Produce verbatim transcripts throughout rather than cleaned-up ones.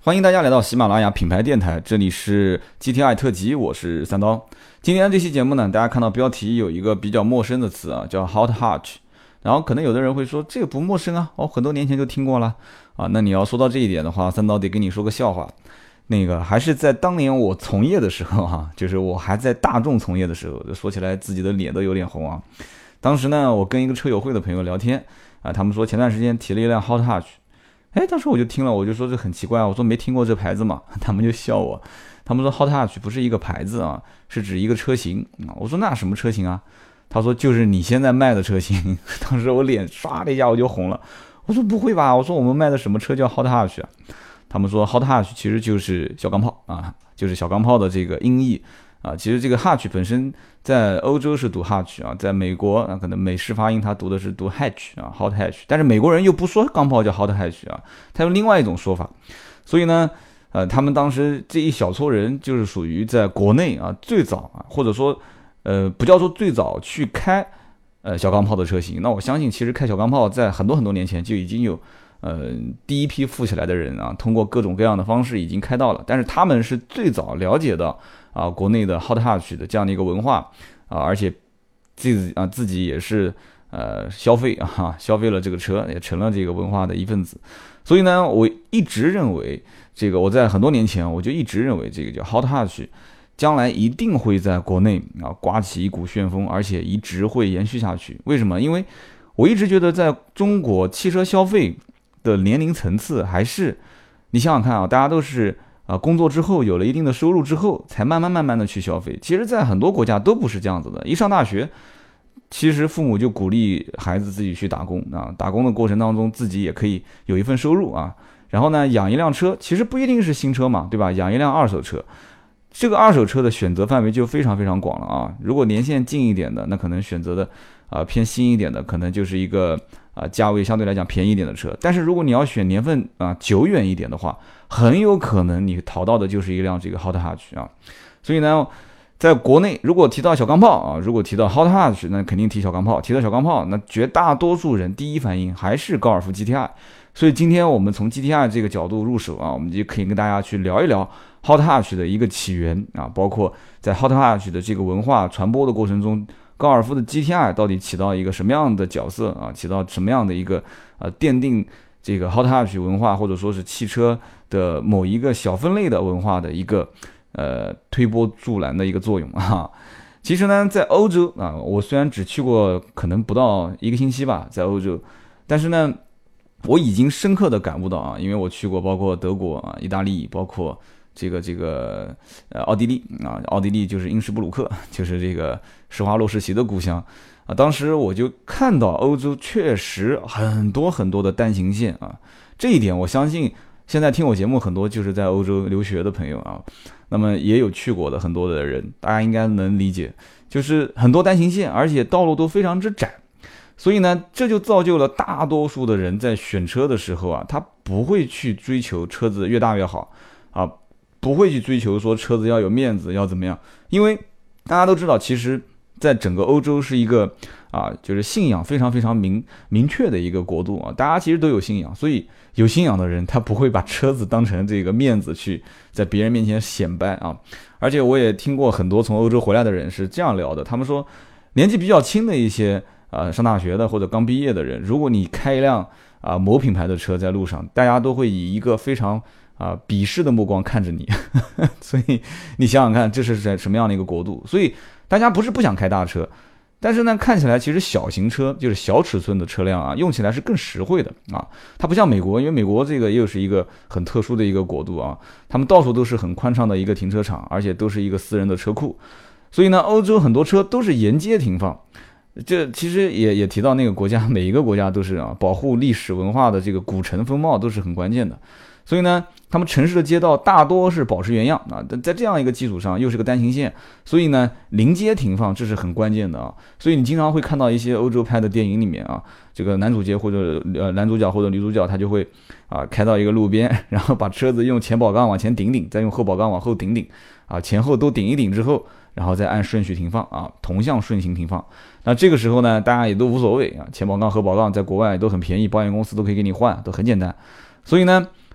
欢迎大家来到喜马拉雅品牌电台，这里是 G T I 特辑，我是三刀。今天这期节目呢，大家看到标题有一个比较陌生的词啊，叫 Hot Hatch。然后可能有的人会说，这个不陌生啊，哦，很多年前就听过了啊。那你要说到这一点的话，三刀得跟你说个笑话。那个还是在当年我从业的时候哈、啊，就是我还在大众从业的时候，说起来自己的脸都有点红啊。当时呢，我跟一个车友会的朋友聊天啊，他们说前段时间提了一辆 Hot Hatch。哎，当时我就听了，我就说这很奇怪啊，我说没听过这牌子嘛，他们就笑我，他们说 Hot Hatch 不是一个牌子啊，是指一个车型啊。我说那什么车型啊？他说就是你现在卖的车型。当时我脸唰的一下我就红了，我说不会吧？我说我们卖的什么车叫 Hot Hatch 啊？他们说 Hot Hatch 其实就是小钢炮啊，就是小钢炮的这个音译啊。其实这个 Hatch 本身在欧洲是读 Hatch 啊，在美国啊可能美式发音他读的是读 Hatch 啊 Hot Hatch， 但是美国人又不说钢炮叫 Hot Hatch 啊，他用另外一种说法。所以呢，呃，他们当时这一小撮人就是属于在国内啊最早啊，或者说呃不叫做最早去开呃小钢炮的车型。那我相信其实开小钢炮在很多很多年前就已经有呃第一批富起来的人啊，通过各种各样的方式已经开到了，但是他们是最早了解到啊，国内的 Hot Hatch 的这样的一个文化啊，而且自己啊自己也是呃消费啊消费了这个车，也成了这个文化的一份子。所以呢，我一直认为这个我在很多年前我就一直认为这个叫 Hot Hatch 将来一定会在国内啊刮起一股旋风，而且一直会延续下去。为什么？因为我一直觉得在中国汽车消费的年龄层次还是，你想想看啊，大家都是啊，工作之后有了一定的收入之后，才慢慢慢慢的去消费。其实，在很多国家都不是这样子的。一上大学，其实父母就鼓励孩子自己去打工啊，打工的过程当中，自己也可以有一份收入啊。然后呢，养一辆车，其实不一定是新车嘛，对吧？养一辆二手车，这个二手车的选择范围就非常非常广了啊。如果年限近一点的，那可能选择的啊、呃、偏新一点的，可能就是一个啊、呃、价位相对来讲便宜一点的车。但是如果你要选年份啊、呃、久远一点的话，很有可能你淘到的就是一辆这个 Hot Hatch 啊。所以呢，在国内如果提到小钢炮啊，如果提到 Hot Hatch， 那肯定提小钢炮。提到小钢炮，那绝大多数人第一反应还是高尔夫 G T I。所以今天我们从 G T I 这个角度入手啊，我们就可以跟大家去聊一聊 Hot Hatch 的一个起源啊，包括在 Hot Hatch 的这个文化传播的过程中，高尔夫的 G T I 到底起到一个什么样的角色啊？起到什么样的一个呃奠定这个 Hot Hatch 文化或者说是汽车的某一个小分类的文化的一个呃推波助澜的一个作用啊？其实呢，在欧洲啊，我虽然只去过可能不到一个星期吧，在欧洲，但是呢，我已经深刻的感悟到啊，因为我去过包括德国啊、意大利，包括这个这个呃奥地利啊，奥地利就是因施布鲁克，就是这个施华洛世奇的故乡啊。当时我就看到欧洲确实很多很多的单行线啊，这一点我相信现在听我节目很多就是在欧洲留学的朋友啊，那么也有去过的很多的人，大家应该能理解，就是很多单行线，而且道路都非常之窄。所以呢，这就造就了大多数的人在选车的时候啊，他不会去追求车子越大越好啊，不会去追求说车子要有面子要怎么样，因为大家都知道，其实在整个欧洲是一个啊，就是信仰非常非常明明确的一个国度啊，大家其实都有信仰，所以有信仰的人他不会把车子当成这个面子去在别人面前显摆啊。而且我也听过很多从欧洲回来的人是这样聊的，他们说年纪比较轻的一些呃，上大学的或者刚毕业的人，如果你开一辆啊、呃、某品牌的车在路上，大家都会以一个非常啊、呃、鄙视的目光看着你，所以你想想看，这是在什么样的一个国度？所以大家不是不想开大车，但是呢，看起来其实小型车就是小尺寸的车辆啊，用起来是更实惠的啊。它不像美国，因为美国这个又是一个很特殊的一个国度啊，他们到处都是很宽敞的一个停车场，而且都是一个私人的车库，所以呢，欧洲很多车都是沿街停放。这其实也也提到那个国家，每一个国家都是啊，保护历史文化的这个古城风貌都是很关键的。所以呢，他们城市的街道大多是保持原样啊，在这样一个基础上，又是个单行线，所以呢，临街停放这是很关键的啊。所以你经常会看到一些欧洲拍的电影里面啊，这个男主角或者呃男主角或者女主角，他就会啊开到一个路边，然后把车子用前保杠往前顶顶，再用后保杠往后顶顶啊，前后都顶一顶之后，然后再按顺序停放啊，同向顺行停放。那这个时候呢，大家也都无所谓啊，前保杠后保杠在国外都很便宜，保险公司都可以给你换，都很简单。所以呢，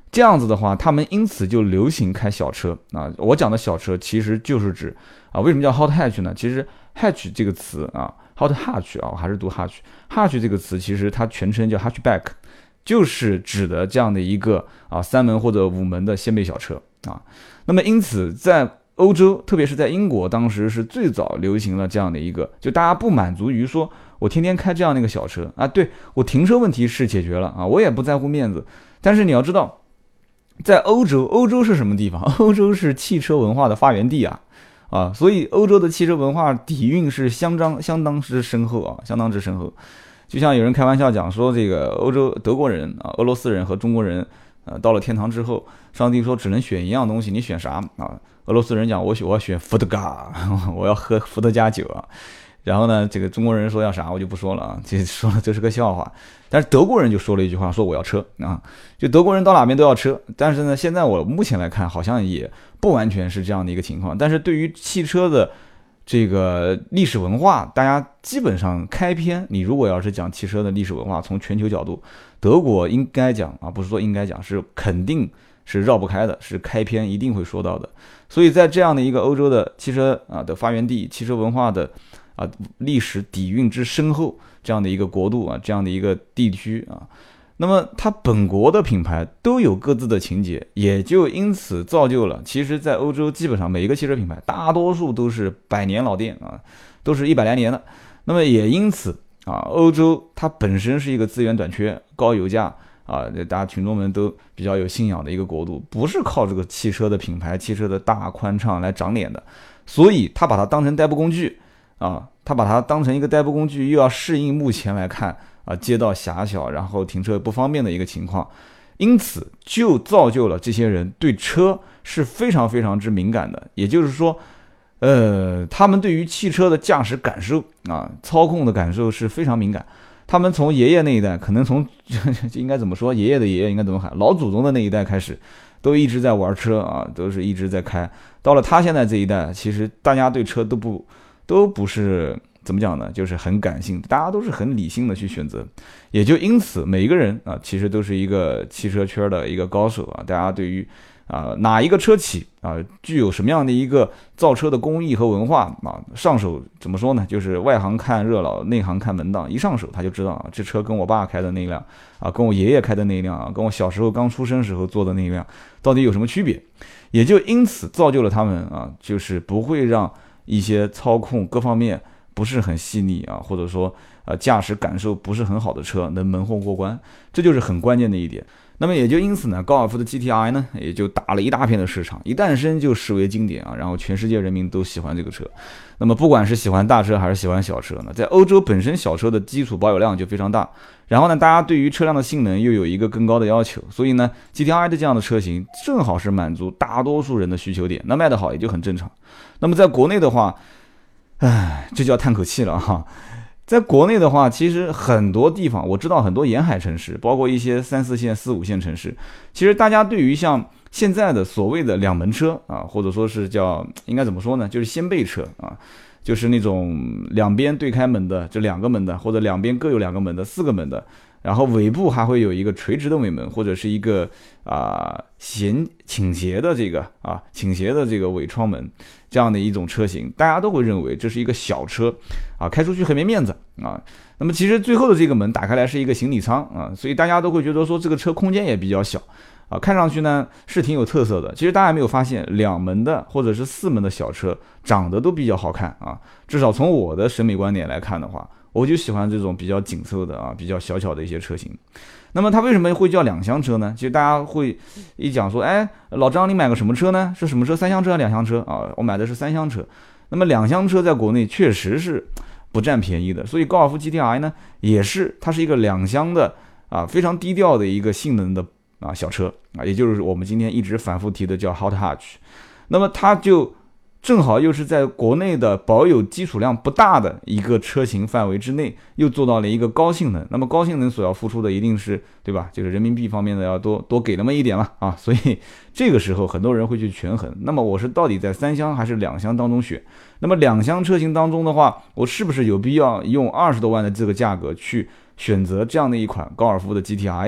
这样子的话，他们因此就流行开小车啊。我讲的小车其实就是指啊，为什么叫 hot hatch 呢？其实 hatch 这个词啊 ，hot hatch 啊，我还是读 hatch，hatch 这个词其实它全称叫 hatchback， 就是指的这样的一个啊三门或者五门的掀背小车啊。那么因此在欧洲，特别是在英国，当时是最早流行了这样的一个，就大家不满足于说我天天开这样的一个小车啊，对，我停车问题是解决了啊，我也不在乎面子，但是你要知道。在欧洲，欧洲是什么地方？欧洲是汽车文化的发源地啊，啊，所以欧洲的汽车文化底蕴是相当相当之深厚啊，相当之深厚。就像有人开玩笑讲说，这个欧洲德国人啊、俄罗斯人和中国人，呃，到了天堂之后，上帝说只能选一样东西，你选啥啊？俄罗斯人讲我选我要选伏特加，我要喝伏特加酒啊。然后呢，这个中国人说要啥，我就不说了啊，这说了这是个笑话。但是德国人就说了一句话，说我要车啊，就德国人到哪边都要车。但是呢，现在我目前来看，好像也不完全是这样的一个情况。但是对于汽车的这个历史文化，大家基本上开篇，你如果要是讲汽车的历史文化，从全球角度，德国应该讲啊，不是说应该讲，是肯定是绕不开的，是开篇一定会说到的。所以在这样的一个欧洲的汽车啊的发源地，汽车文化的啊，历史底蕴之深厚，这样的一个国度啊，这样的一个地区啊，那么它本国的品牌都有各自的情节，也就因此造就了，其实在欧洲基本上每一个汽车品牌，大多数都是百年老店啊，都是一百来年的。那么也因此啊，欧洲它本身是一个资源短缺、高油价啊，大家群众们都比较有信仰的一个国度，不是靠这个汽车的品牌、汽车的大宽敞来长脸的，所以它把它当成代步工具。啊，他把它当成一个代步工具，又要适应目前来看啊街道狭小，然后停车不方便的一个情况，因此就造就了这些人对车是非常非常之敏感的。也就是说，呃，他们对于汽车的驾驶感受啊、操控的感受是非常敏感。他们从爷爷那一代，可能从应该怎么说，爷爷的爷爷应该怎么喊，老祖宗的那一代开始，都一直在玩车啊，都是一直在开。到了他现在这一代，其实大家对车都不。都不是怎么讲呢，就是很感性，大家都是很理性的去选择，也就因此每一个人啊，其实都是一个汽车圈的一个高手啊。大家对于啊哪一个车企啊具有什么样的一个造车的工艺和文化啊，上手怎么说呢？就是外行看热闹，内行看门道。一上手他就知道啊，这车跟我爸开的那辆啊，跟我爷爷开的那一辆啊，跟我小时候刚出生时候坐的那一辆到底有什么区别？也就因此造就了他们啊，就是不会让一些操控各方面不是很细腻啊，或者说呃驾驶感受不是很好的车能门后过关，这就是很关键的一点。那么也就因此呢，高尔夫的 G T I 呢也就打了一大片的市场，一诞生就视为经典啊，然后全世界人民都喜欢这个车。那么不管是喜欢大车还是喜欢小车呢，在欧洲本身小车的基础保有量就非常大，然后呢大家对于车辆的性能又有一个更高的要求，所以呢 G T I 的这样的车型正好是满足大多数人的需求点，那卖得好也就很正常。那么在国内的话，唉，这就要叹口气了哈。在国内的话，其实很多地方我知道，很多沿海城市，包括一些三四线、四五线城市，其实大家对于像现在的所谓的两门车啊，或者说是叫应该怎么说呢，就是掀背车啊，就是那种两边对开门的，这两个门的，或者两边各有两个门的，四个门的。然后尾部还会有一个垂直的尾门，或者是一个啊斜倾斜的这个啊倾斜的这个尾窗门，这样的一种车型，大家都会认为这是一个小车啊，开出去很没面子啊。那么其实最后的这个门打开来是一个行李舱啊，所以大家都会觉得说这个车空间也比较小啊，看上去呢是挺有特色的。其实大家没有发现，两门的或者是四门的小车长得都比较好看啊，至少从我的审美观点来看的话。我就喜欢这种比较紧凑的啊，比较小巧的一些车型。那么它为什么会叫两厢车呢？其实大家会一讲说，哎，老张你买个什么车呢？是什么车？三厢车还是两厢车啊？我买的是三厢车。那么两厢车在国内确实是不占便宜的，所以高尔夫 G T I 呢，也是它是一个两厢的啊，非常低调的一个性能的啊小车啊，也就是我们今天一直反复提的叫 hot hatch。那么它就正好又是在国内的保有基础量不大的一个车型范围之内，又做到了一个高性能。那么高性能所要付出的一定是，对吧？就是人民币方面的要多多给那么一点了啊。所以这个时候很多人会去权衡，那么我是到底在三厢还是两厢当中选？那么两厢车型当中的话，我是不是有必要用二十多万的这个价格去选择这样的一款高尔夫的 G T I？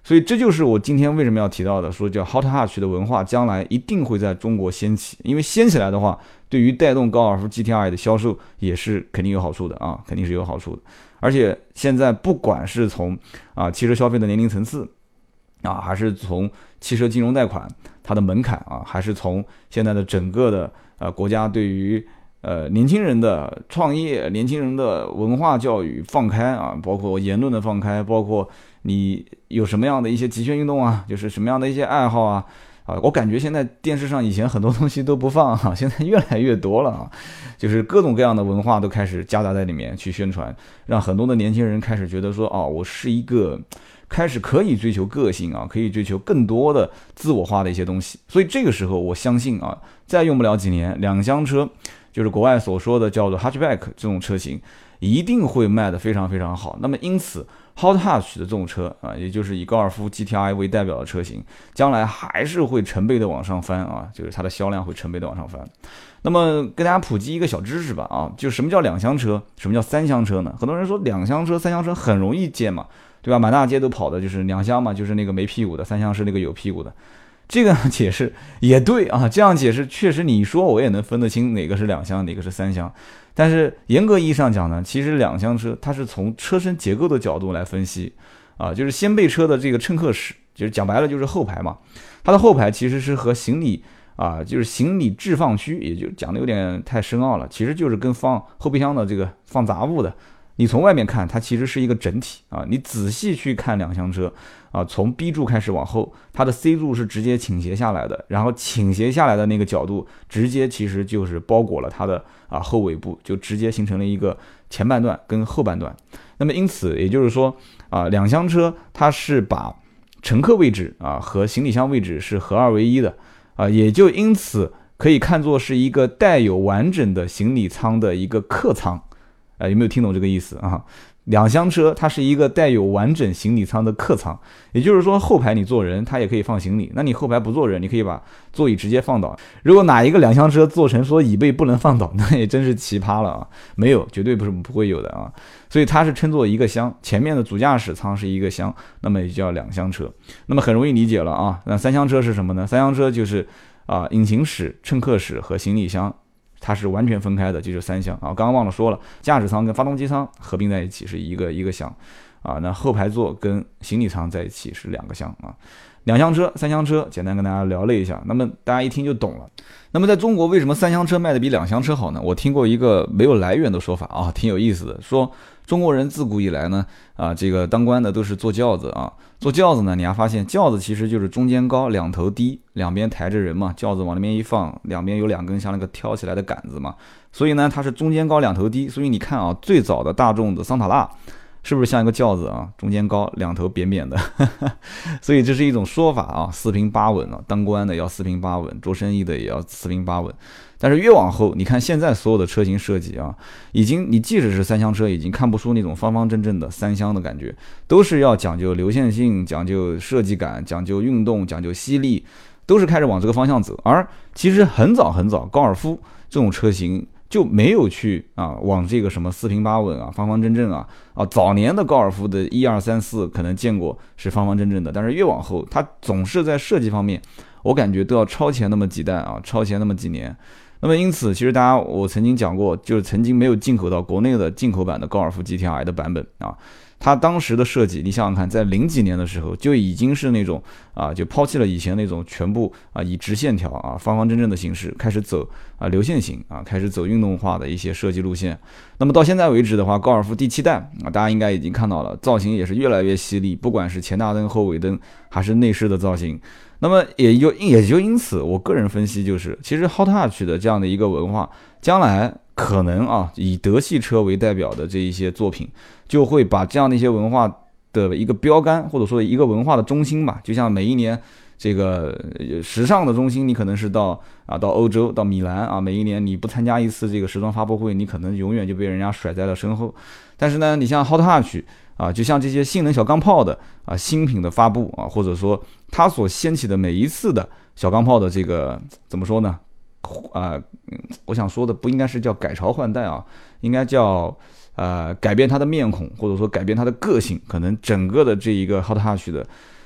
所以这就是我今天为什么要提到的，说叫 Hot Hatch 的文化将来一定会在中国掀起，因为掀起来的话，对于带动高尔夫 G T I 的销售也是肯定有好处的啊，肯定是有好处的。而且现在不管是从啊汽车消费的年龄层次啊，还是从汽车金融贷款它的门槛啊，还是从现在的整个的呃国家对于呃年轻人的创业、年轻人的文化教育放开啊，包括言论的放开，包括你有什么样的一些极限运动啊，就是什么样的一些爱好啊。啊，我感觉现在电视上以前很多东西都不放哈、啊，现在越来越多了啊，就是各种各样的文化都开始夹杂在里面去宣传，让很多的年轻人开始觉得说，哦，我是一个开始可以追求个性啊，可以追求更多的自我化的一些东西。所以这个时候，我相信啊，再用不了几年，两厢车就是国外所说的叫做 hatchback 这种车型，一定会卖得非常非常好。那么因此Hot Hatch 的这种车啊，也就是以高尔夫 G T I 为代表的车型，将来还是会成倍的往上翻啊，就是它的销量会成倍的往上翻。那么跟大家普及一个小知识吧啊，就是什么叫两厢车，什么叫三厢车呢？很多人说两厢车、三厢车很容易见嘛，对吧？满大街都跑的就是两厢嘛，就是那个没屁股的，三厢是那个有屁股的。这个解释也对啊，这样解释确实你说我也能分得清哪个是两厢，哪个是三厢。但是严格意义上讲呢，其实两厢车它是从车身结构的角度来分析啊，就是掀背车的这个乘客室，就是讲白了就是后排嘛，它的后排其实是和行李啊，就是行李置放区，也就讲的有点太深奥了，其实就是跟放后备箱的这个放杂物的，你从外面看它其实是一个整体啊，你仔细去看两厢车啊，从 B 柱开始往后，它的 C 柱是直接倾斜下来的，然后倾斜下来的那个角度，直接其实就是包裹了它的啊后尾部，就直接形成了一个前半段跟后半段。那么因此也就是说啊，两厢车它是把乘客位置啊和行李箱位置是合二为一的啊，也就因此可以看作是一个带有完整的行李舱的一个客舱。啊，有没有听懂这个意思啊？两厢车它是一个带有完整行李舱的客舱，也就是说后排你坐人，它也可以放行李。那你后排不坐人，你可以把座椅直接放倒。如果哪一个两厢车做成说椅背不能放倒，那也真是奇葩了啊！没有，绝对不是不会有的啊。所以它是称作一个厢，前面的主驾驶舱是一个厢，那么也叫两厢车。那么很容易理解了啊。那三厢车是什么呢？三厢车就是啊，引擎室、乘客室和行李箱。它是完全分开的，就是三厢啊。刚刚忘了说了，驾驶舱跟发动机舱合并在一起是一个一个厢啊。那后排座跟行李舱在一起是两个厢啊。两厢车、三厢车，简单跟大家聊了一下，那么大家一听就懂了。那么在中国为什么三厢车卖的比两厢车好呢？我听过一个没有来源的说法啊，挺有意思的，说中国人自古以来呢啊，这个当官的都是坐轿子啊。坐轿子呢，你还发现轿子其实就是中间高，两头低，两边抬着人嘛，轿子往那边一放，两边有两根像那个挑起来的杆子嘛，所以呢它是中间高两头低。所以你看啊，最早的大众的桑塔纳是不是像一个轿子啊，中间高两头扁扁的所以这是一种说法啊，四平八稳啊，当官的要四平八稳，做生意的也要四平八稳。但是越往后，你看现在所有的车型设计啊，已经你即使是三厢车，已经看不出那种方方正正的三厢的感觉，都是要讲究流线性，讲究设计感，讲究运动，讲究吸力，都是开始往这个方向走。而其实很早很早，高尔夫这种车型就没有去啊往这个什么四平八稳啊、方方正正啊啊，早年的高尔夫的一二三四可能见过是方方正正的，但是越往后，它总是在设计方面，我感觉都要超前那么几代啊，超前那么几年。那么因此，其实大家我曾经讲过，就是曾经没有进口到国内的进口版的高尔夫 G T I 的版本啊，它当时的设计，你想想看，在零几年的时候就已经是那种啊，就抛弃了以前那种全部啊以直线条啊方方正正的形式，开始走啊流线型啊，开始走运动化的一些设计路线。那么到现在为止的话，高尔夫第七代啊，大家应该已经看到了，造型也是越来越犀利，不管是前大灯、后尾灯，还是内饰的造型。那么也就也就因此，我个人分析就是，其实 Hot Hatch 的这样的一个文化，将来可能啊，以德系车为代表的这一些作品，就会把这样的一些文化的一个标杆，或者说一个文化的中心吧，就像每一年这个时尚的中心，你可能是到啊到欧洲到米兰啊，每一年你不参加一次这个时装发布会，你可能永远就被人家甩在了身后。但是呢，你像 Hot Hatch 啊，就像这些性能小钢炮的啊新品的发布啊，或者说它所掀起的每一次的小钢炮的这个怎么说呢？啊、呃，我想说的不应该是叫改朝换代啊，应该叫呃改变它的面孔，或者说改变它的个性。可能整个的这一个 Hot Hatch 的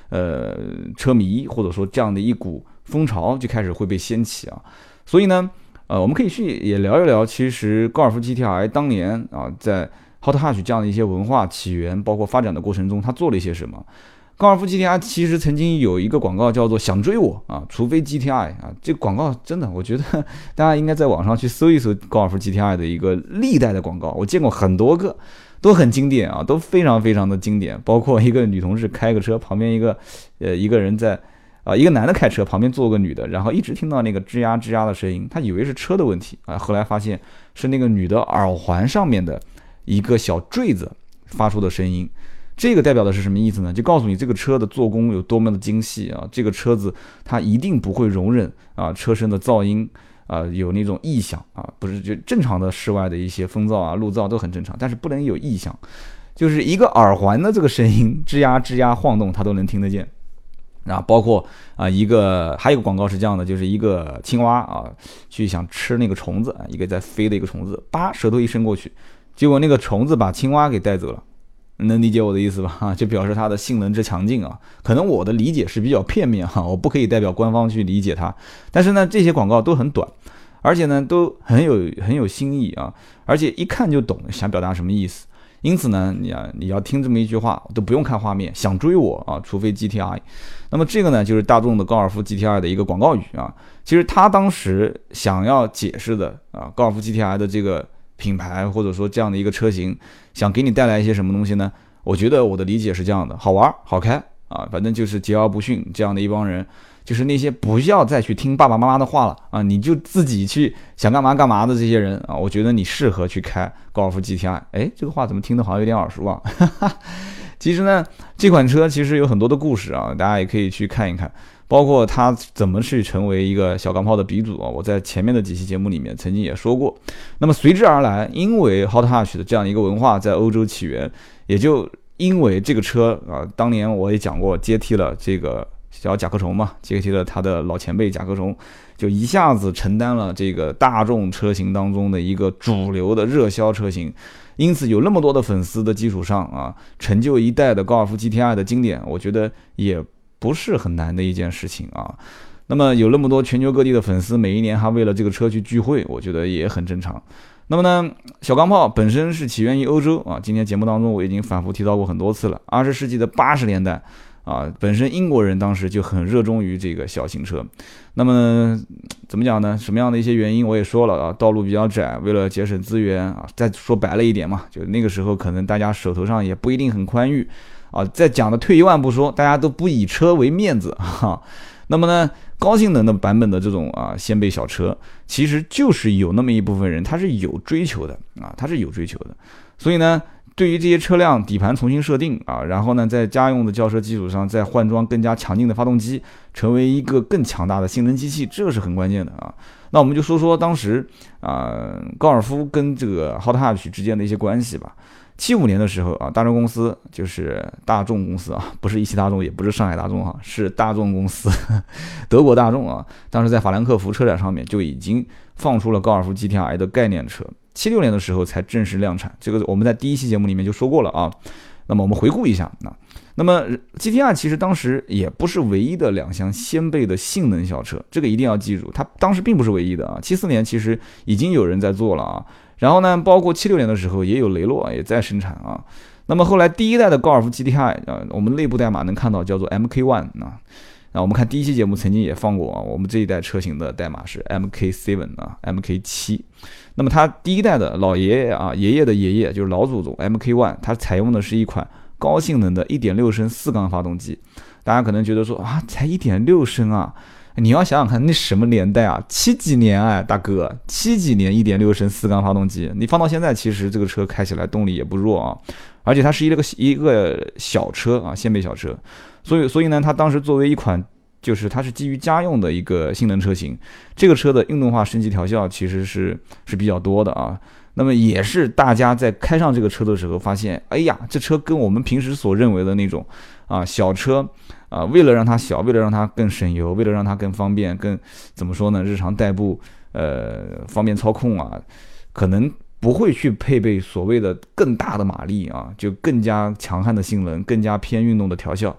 呃车迷或者说这样的一股风潮就开始会被掀起啊。所以呢，呃，我们可以去也聊一聊，其实高尔夫 G T I 当年啊，在 Hot Hatch 这样的一些文化起源，包括发展的过程中，它做了一些什么。高尔夫 G T I 其实曾经有一个广告叫做想追我啊，除非 G T I 啊，这个广告真的，我觉得大家应该在网上去搜一搜高尔夫 G T I 的一个历代的广告，我见过很多个，都很经典啊，都非常非常的经典。包括一个女同志开个车，旁边一个呃一个人在啊，一个男的开车，旁边坐个女的，然后一直听到那个吱呀吱呀的声音，他以为是车的问题啊，后来发现是那个女的耳环上面的一个小坠子发出的声音。这个代表的是什么意思呢？就告诉你这个车的做工有多么的精细啊！这个车子它一定不会容忍啊车身的噪音啊，有那种异响啊，不是就正常的室外的一些风噪啊、路噪都很正常，但是不能有异响，就是一个耳环的这个声音吱呀吱呀晃动，它都能听得见。啊，包括啊一个还有一个广告是这样的，就是一个青蛙啊去想吃那个虫子，一个在飞的一个虫子，叭舌头一伸过去，结果那个虫子把青蛙给带走了。能理解我的意思吧？哈，就表示它的性能之强劲啊。可能我的理解是比较片面哈，我不可以代表官方去理解它。但是呢，这些广告都很短，而且呢都很有很有新意啊，而且一看就懂想表达什么意思。因此呢，你啊你要听这么一句话，都不用看画面，想追我啊，除非 G T I。那么这个呢，就是大众的高尔夫 G T I 的一个广告语啊。其实他当时想要解释的啊，高尔夫 G T I 的这个品牌或者说这样的一个车型，想给你带来一些什么东西呢？我觉得我的理解是这样的：好玩好开啊，反正就是桀骜不驯这样的一帮人，就是那些不要再去听爸爸妈妈的话了啊，你就自己去想干嘛干嘛的这些人啊，我觉得你适合去开高尔夫 G T I。 哎，这个话怎么听得好像有点耳熟啊？其实呢，这款车其实有很多的故事啊，大家也可以去看一看，包括它怎么去成为一个小钢炮的鼻祖啊，我在前面的几期节目里面曾经也说过。那么随之而来，因为 Hot Hatch 的这样一个文化在欧洲起源，也就因为这个车啊，当年我也讲过，接替了这个小甲壳虫嘛，接替了他的老前辈甲壳虫，就一下子承担了这个大众车型当中的一个主流的热销车型。因此有那么多的粉丝的基础上啊，成就一代的高尔夫 G T I 的经典，我觉得也不是很难的一件事情啊。那么有那么多全球各地的粉丝，每一年还为了这个车去聚会，我觉得也很正常。那么呢，小钢炮本身是起源于欧洲啊，今天节目当中我已经反复提到过很多次了。二十世纪的八十年代啊，本身英国人当时就很热衷于这个小型车。那么怎么讲呢？什么样的一些原因我也说了啊，道路比较窄，为了节省资源啊，再说白了一点嘛，就那个时候可能大家手头上也不一定很宽裕啊。再讲的退一万步说，大家都不以车为面子哈。那么呢，高性能的版本的这种啊掀背小车，其实就是有那么一部分人他是有追求的啊，他是有追求的。所以呢，对于这些车辆底盘重新设定啊，然后呢，在家用的轿车基础上再换装更加强劲的发动机，成为一个更强大的性能机器，这是很关键的啊。那我们就说说当时啊，高尔夫跟这个 Hot Hatch 之间的一些关系吧。七五年的时候啊，大众公司就是大众公司啊，不是一汽大众，也不是上海大众哈，是大众公司，德国大众啊。当时在法兰克福车展上面就已经放出了高尔夫 G T I 的概念车，七六年的时候才正式量产，这个我们在第一期节目里面就说过了啊。那么我们回顾一下啊，那么 G T I 其实当时也不是唯一的两厢掀背的性能小车，这个一定要记住，它当时并不是唯一的啊。七四年其实已经有人在做了啊。然后呢，包括七六年的时候也有雷诺也在生产啊。那么后来第一代的高尔夫 G T I 啊，我们内部代码能看到叫做 M K 一 啊。啊，我们看第一期节目曾经也放过啊，我们这一代车型的代码是 M K 七 啊 ，M K 七。那么它第一代的老爷爷啊，爷爷的爷爷就是老祖宗 M K 一，它采用的是一款高性能的 一点六 升四缸发动机。大家可能觉得说啊，才 一点六 升啊。你要想想看，那什么年代啊？七几年哎，大哥，七几年 一点六 升四缸发动机，你放到现在，其实这个车开起来动力也不弱啊，而且它是一个一个小车啊，掀背小车，所以所以呢，它当时作为一款就是它是基于家用的一个性能车型，这个车的运动化升级调校其实是是比较多的啊。那么也是大家在开上这个车的时候发现，哎呀，这车跟我们平时所认为的那种啊小车啊，为了让它小，为了让它更省油，为了让它更方便，更怎么说呢，日常代步呃方便操控啊，可能不会去配备所谓的更大的马力啊，就更加强悍的性能，更加偏运动的调校。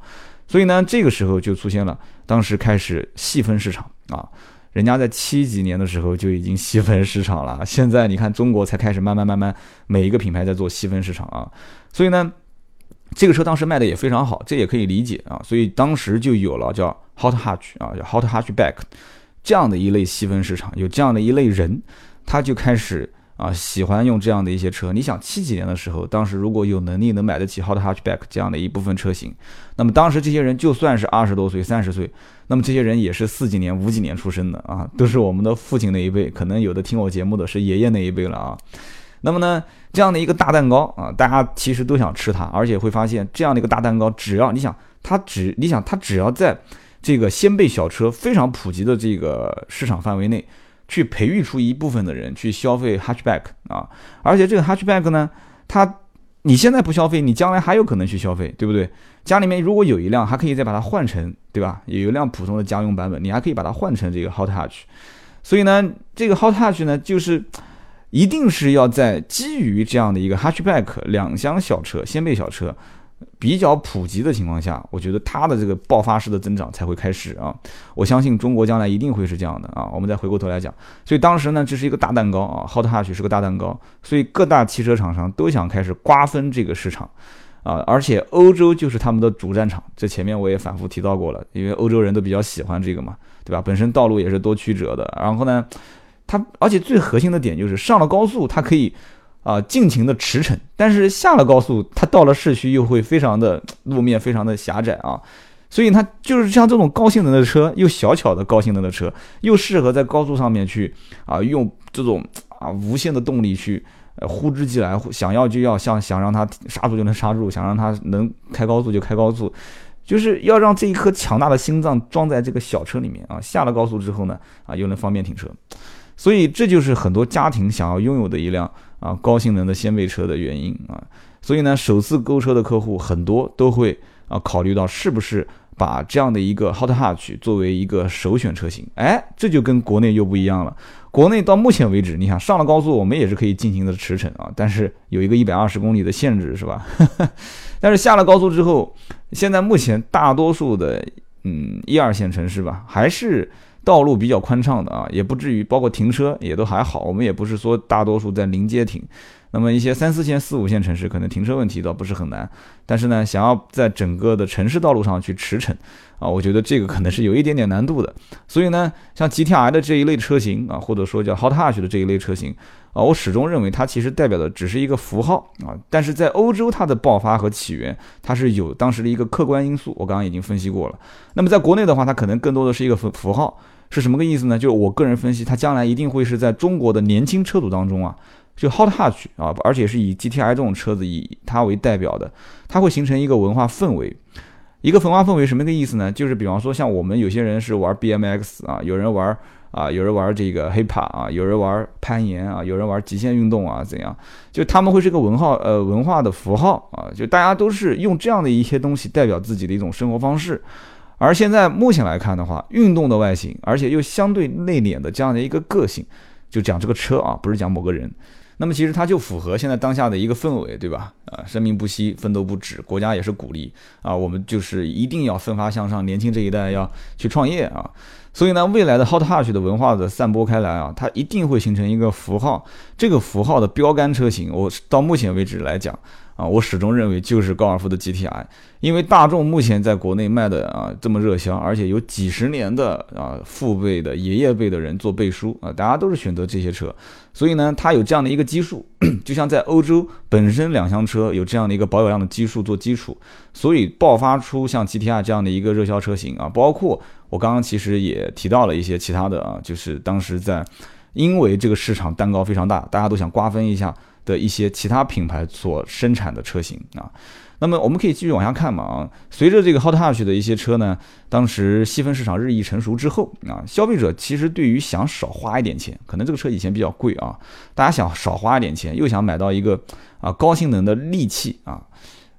所以呢，这个时候就出现了，当时开始细分市场啊，人家在七几年的时候就已经细分市场了，现在你看中国才开始慢慢慢慢每一个品牌在做细分市场啊，所以呢，这个车当时卖的也非常好，这也可以理解啊，所以当时就有了叫 Hot Hatch 啊，叫 Hot Hatchback 这样的一类细分市场，有这样的一类人，他就开始啊喜欢用这样的一些车。你想七几年的时候，当时如果有能力能买得起 Hot Hatchback 这样的一部分车型，那么当时这些人就算是二十多岁、三十岁，那么这些人也是四几年、五几年出生的啊，都是我们的父亲那一辈，可能有的听我节目的是爷爷那一辈了啊。那么呢，这样的一个大蛋糕啊，大家其实都想吃它，而且会发现这样的一个大蛋糕，只要你想它只你想它只要在这个掀背小车非常普及的这个市场范围内，去培育出一部分的人去消费 hatchback 啊，而且这个 hatchback 呢，它你现在不消费，你将来还有可能去消费，对不对？家里面如果有一辆，还可以再把它换成，对吧？有一辆普通的家用版本，你还可以把它换成这个 hot hatch。所以呢，这个 hot hatch 呢，就是一定是要在基于这样的一个 hatchback 两厢小车、掀背小车比较普及的情况下，我觉得它的这个爆发式的增长才会开始啊！我相信中国将来一定会是这样的啊！我们再回过头来讲，所以当时呢，这是一个大蛋糕啊 ，Hot Hatch 是个大蛋糕，所以各大汽车厂商都想开始瓜分这个市场啊！而且欧洲就是他们的主战场，这前面我也反复提到过了，因为欧洲人都比较喜欢这个嘛，对吧？本身道路也是多曲折的，然后呢，它而且最核心的点就是上了高速，它可以啊，尽情的驰骋，但是下了高速，它到了市区又会非常的路面非常的狭窄啊，所以它就是像这种高性能的车，又小巧的高性能的车，又适合在高速上面去啊，用这种啊无限的动力去呃呼之即来，想要就要，想想让它刹住就能刹住，想让它能开高速就开高速，就是要让这一颗强大的心脏装在这个小车里面啊，下了高速之后呢，啊又能方便停车。所以这就是很多家庭想要拥有的一辆啊高性能的掀背车的原因啊。所以呢，首次购车的客户很多都会啊考虑到是不是把这样的一个 Hot Hatch 作为一个首选车型。哎，这就跟国内又不一样了。国内到目前为止，你想上了高速，我们也是可以尽情的驰骋啊，但是有一个一百二十公里的限制，是吧？但是下了高速之后，现在目前大多数的嗯一二线城市吧，还是道路比较宽敞的啊，也不至于，包括停车也都还好。我们也不是说大多数在临街停，那么一些三四线、四五线城市可能停车问题倒不是很难，但是呢，想要在整个的城市道路上去驰骋啊，我觉得这个可能是有一点点难度的。所以呢，像 G T I 的这一类车型啊，或者说叫 Hot Hatch 的这一类车型啊，我始终认为它其实代表的只是一个符号啊，但是在欧洲它的爆发和起源，它是有当时的一个客观因素，我刚刚已经分析过了。那么在国内的话，它可能更多的是一个符号。是什么个意思呢？就是我个人分析，它将来一定会是在中国的年轻车主当中啊，就 Hot Hatch 啊，而且是以 G T I 这种车子以它为代表的，它会形成一个文化氛围。一个文化氛围什么个意思呢？就是比方说像我们有些人是玩 B M X 啊，有人玩啊，有人玩这个 Hip-Hop 啊，有人玩攀岩啊，有人玩极限运动啊，怎样？就他们会是个文化呃文化的符号啊，就大家都是用这样的一些东西代表自己的一种生活方式。而现在目前来看的话，运动的外形，而且又相对内敛的这样的一个个性，就讲这个车啊，不是讲某个人。那么其实它就符合现在当下的一个氛围，对吧？啊，生命不息，奋斗不止，国家也是鼓励啊，我们就是一定要奋发向上，年轻这一代要去创业啊。所以呢，未来的 Hot Hatch 的文化的散播开来啊，它一定会形成一个符号。这个符号的标杆车型，我到目前为止来讲啊，我始终认为就是高尔夫的 G T I， 因为大众目前在国内卖的啊这么热销，而且有几十年的啊父辈的爷爷辈的人做背书啊，大家都是选择这些车，所以呢，它有这样的一个基数，就像在欧洲本身两厢车有这样的一个保有量的基数做基础，所以爆发出像 G T I 这样的一个热销车型啊，包括我刚刚其实也提到了一些其他的啊，就是当时在因为这个市场蛋糕非常大，大家都想瓜分一下的一些其他品牌所生产的车型啊。那么我们可以继续往下看嘛啊，随着这个 Hot Hatch 的一些车呢，当时细分市场日益成熟之后啊，消费者其实对于想少花一点钱，可能这个车以前比较贵啊，大家想少花一点钱，又想买到一个啊高性能的利器啊，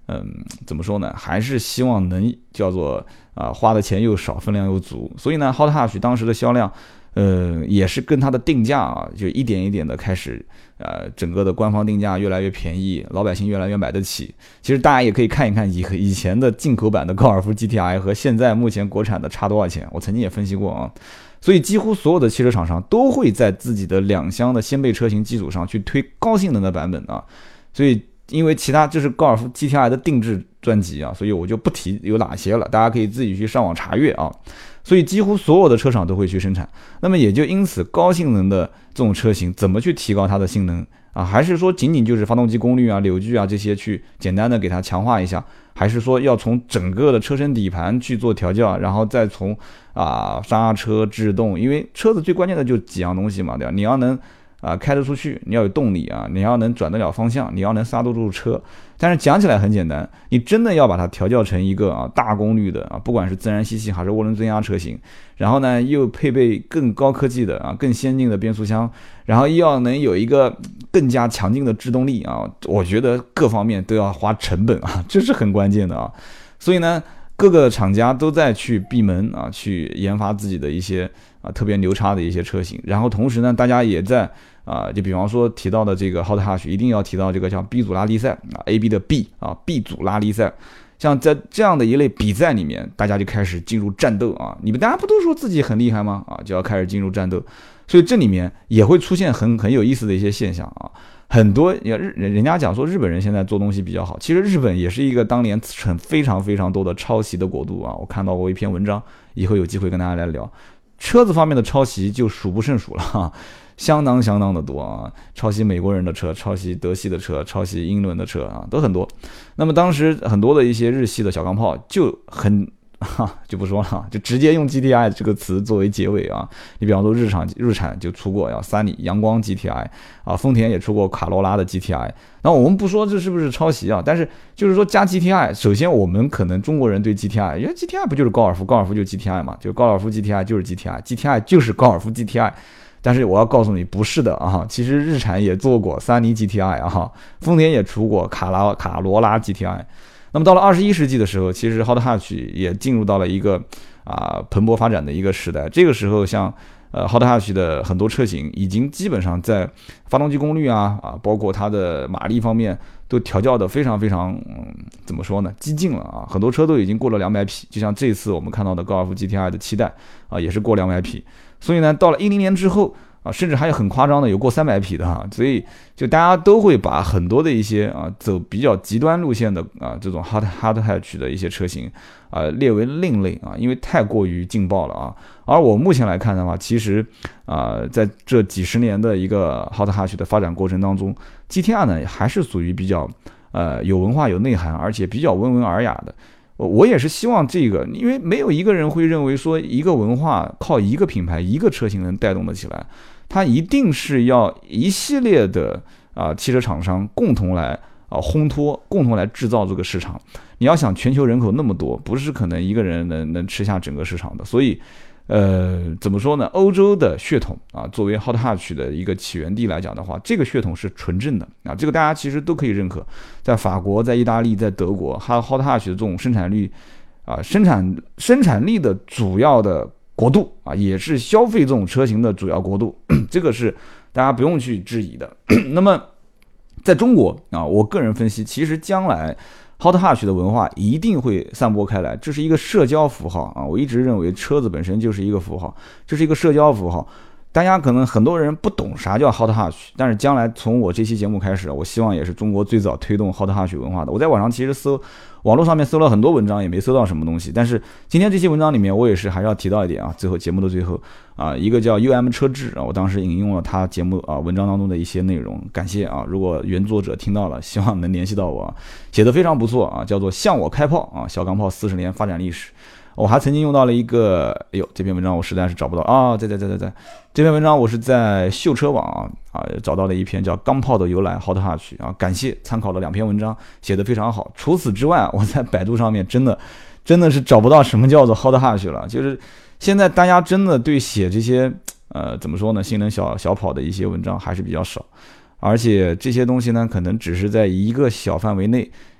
嗯，怎么说呢？还是希望能叫做啊，花的钱又少，分量又足。所以呢 ，Hot Hatch 当时的销量，呃，也是跟它的定价啊，就一点一点的开始，呃，整个的官方定价越来越便宜，老百姓越来越买得起。其实大家也可以看一看以以前的进口版的高尔夫 G T I 和现在目前国产的差多少钱。我曾经也分析过啊。所以几乎所有的汽车厂商都会在自己的两厢的掀背车型基础上去推高性能的版本啊。所以因为其他这是高尔夫 G T I 的定制专辑啊，所以我就不提有哪些了，大家可以自己去上网查阅啊。所以几乎所有的车厂都会去生产，那么也就因此高性能的这种车型怎么去提高它的性能啊？还是说仅仅就是发动机功率啊、扭矩啊这些去简单的给它强化一下？还是说要从整个的车身底盘去做调教，然后再从啊刹车、制动，因为车子最关键的就几样东西嘛，对吧？你要能啊，开得出去，你要有动力啊，你要能转得了方向，你要能刹得住车。但是讲起来很简单，你真的要把它调教成一个啊大功率的啊，不管是自然吸气还是涡轮增压车型，然后呢又配备更高科技的啊更先进的变速箱，然后又要能有一个更加强劲的制动力啊，我觉得各方面都要花成本啊，这是很关键的啊。所以呢，各个厂家都在去闭门啊，去研发自己的一些啊特别牛叉的一些车型，然后同时呢，大家也在啊，就比方说提到的这个 Hot Hatch， 一定要提到这个叫 B 组拉力赛啊 ，A B 的 B 啊 ，B 组拉力赛，像在这样的一类比赛里面，大家就开始进入战斗啊，你们大家不都说自己很厉害吗？啊，就要开始进入战斗，所以这里面也会出现很很有意思的一些现象啊。很多也日人家讲说日本人现在做东西比较好，其实日本也是一个当年很非常非常多的抄袭的国度啊。我看到过一篇文章，以后有机会跟大家来聊，车子方面的抄袭就数不胜数了哈，相当相当的多啊，抄袭美国人的车，抄袭德系的车，抄袭英伦的车啊，都很多。那么当时很多的一些日系的小钢炮就很。哈，就不说了，就直接用 G T I 这个词作为结尾啊。你比方说日产，日产就出过要三里阳光 G T I 啊，丰田也出过卡罗拉的 G T I。那我们不说这是不是抄袭啊，但是就是说加 G T I， 首先我们可能中国人对 G T I， 因为 G T I 不就是高尔夫，高尔夫就是 G T I 嘛，就高尔夫 G T I 就是 G T I，G T I 就是高尔夫 G T I。但是我要告诉你，不是的啊，其实日产也做过三菱 G T I 啊，丰田也出过卡拉卡罗拉 G T I。那么到了二十一世纪的时候，其实 Hot Hatch 也进入到了一个啊、呃、蓬勃发展的一个时代。这个时候，像呃 Hot Hatch 的很多车型已经基本上在发动机功率啊啊，包括它的马力方面都调教的非常非常嗯怎么说呢，激进了啊。很多车都已经过了两百匹，就像这次我们看到的高尔夫 G T I 的七代啊，也是过两百匹。所以呢，到了一零年之后。啊，甚至还有很夸张的，有过三百匹的哈，所以就大家都会把很多的一些啊走比较极端路线的啊这种 hot hot hatch 的一些车型啊列为另类啊，因为太过于劲爆了啊。而我目前来看的话，其实啊在这几十年的一个 hot hatch 的发展过程当中 ，G T R 呢还是属于比较呃有文化、有内涵，而且比较温文尔雅的。我也是希望这个，因为没有一个人会认为说一个文化靠一个品牌、一个车型能带动得起来，它一定是要一系列的啊汽车厂商共同来啊烘托，共同来制造这个市场。你要想全球人口那么多，不是可能一个人能能吃下整个市场的，所以。呃，怎么说呢？欧洲的血统啊，作为 Hot Hatch 的一个起源地来讲的话，这个血统是纯正的啊，这个大家其实都可以认可。在法国、在意大利、在德国，还有 Hot Hatch 的这种生产率啊，生产生产力的主要的国度啊，也是消费这种车型的主要国度，这个是大家不用去质疑的。那么，在中国啊，我个人分析，其实将来。Hot Hatch 的文化一定会散播开来，这是一个社交符号啊！我一直认为车子本身就是一个符号，这是一个社交符号。大家可能很多人不懂啥叫 Hot Hatch， 但是将来从我这期节目开始，我希望也是中国最早推动 Hot Hatch 文化的。我在网上其实搜，网络上面搜了很多文章，也没搜到什么东西。但是今天这些文章里面，我也是还是要提到一点啊。最后节目的最后啊，一个叫 U M 车志啊，我当时引用了他节目啊文章当中的一些内容，感谢啊。如果原作者听到了，希望能联系到我啊，写的非常不错啊，叫做向我开炮啊，小钢炮四十年发展历史。我还曾经用到了一个，哎呦，这篇文章我实在是找不到啊，在在在在在，这篇文章我是在秀车网啊啊找到了一篇叫《钢炮的由来 Hot Hatch》啊，感谢参考了两篇文章，写得非常好。除此之外，我在百度上面真的真的是找不到什么叫做 Hot Hatch 了，就是现在大家真的对写这些呃怎么说呢，性能小小跑的一些文章还是比较少，而且这些东西呢，可能只是在一个小范围内。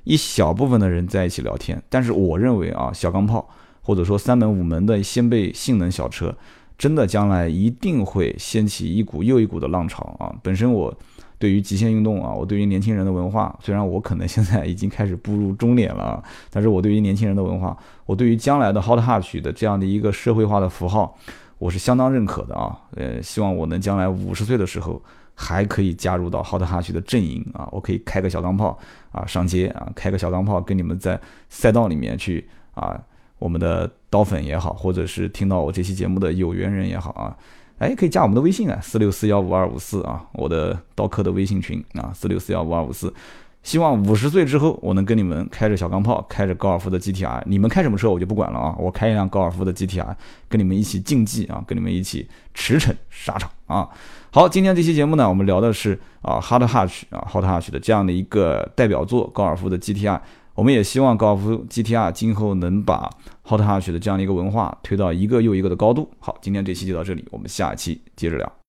一小部分的人在一起聊天。但是我认为啊，小钢炮或者说三门五门的掀背性能小车，真的将来一定会掀起一股又一股的浪潮啊！本身我对于极限运动啊，我对于年轻人的文化，虽然我可能现在已经开始步入中年了，但是我对于年轻人的文化，我对于将来的 Hot Hatch 的这样的一个社会化的符号，我是相当认可的啊。呃，希望我能将来五十岁的时候还可以加入到 Hot Hatch 的阵营啊，我可以开个小钢炮啊上街啊，开个小钢炮跟你们在赛道里面去啊，我们的刀粉也好，或者是听到我这期节目的有缘人也好啊。哎，可以加我们的微信啊，四六四幺五二五四啊，我的刀客的微信群啊，四六四幺五二五四。希望五十岁之后，我能跟你们开着小钢炮，开着高尔夫的 G T R， 你们开什么车我就不管了啊，我开一辆高尔夫的 G T R， 跟你们一起竞技啊，跟你们一起驰骋沙场啊。好，今天这期节目呢，我们聊的是啊 Hot Hatch 啊 Hot Hatch 的这样的一个代表作高尔夫的 G T R。我们也希望高尔夫 G T R 今后能把 Hot Hatch 的这样的一个文化推到一个又一个的高度。好，今天这期就到这里，我们下期接着聊。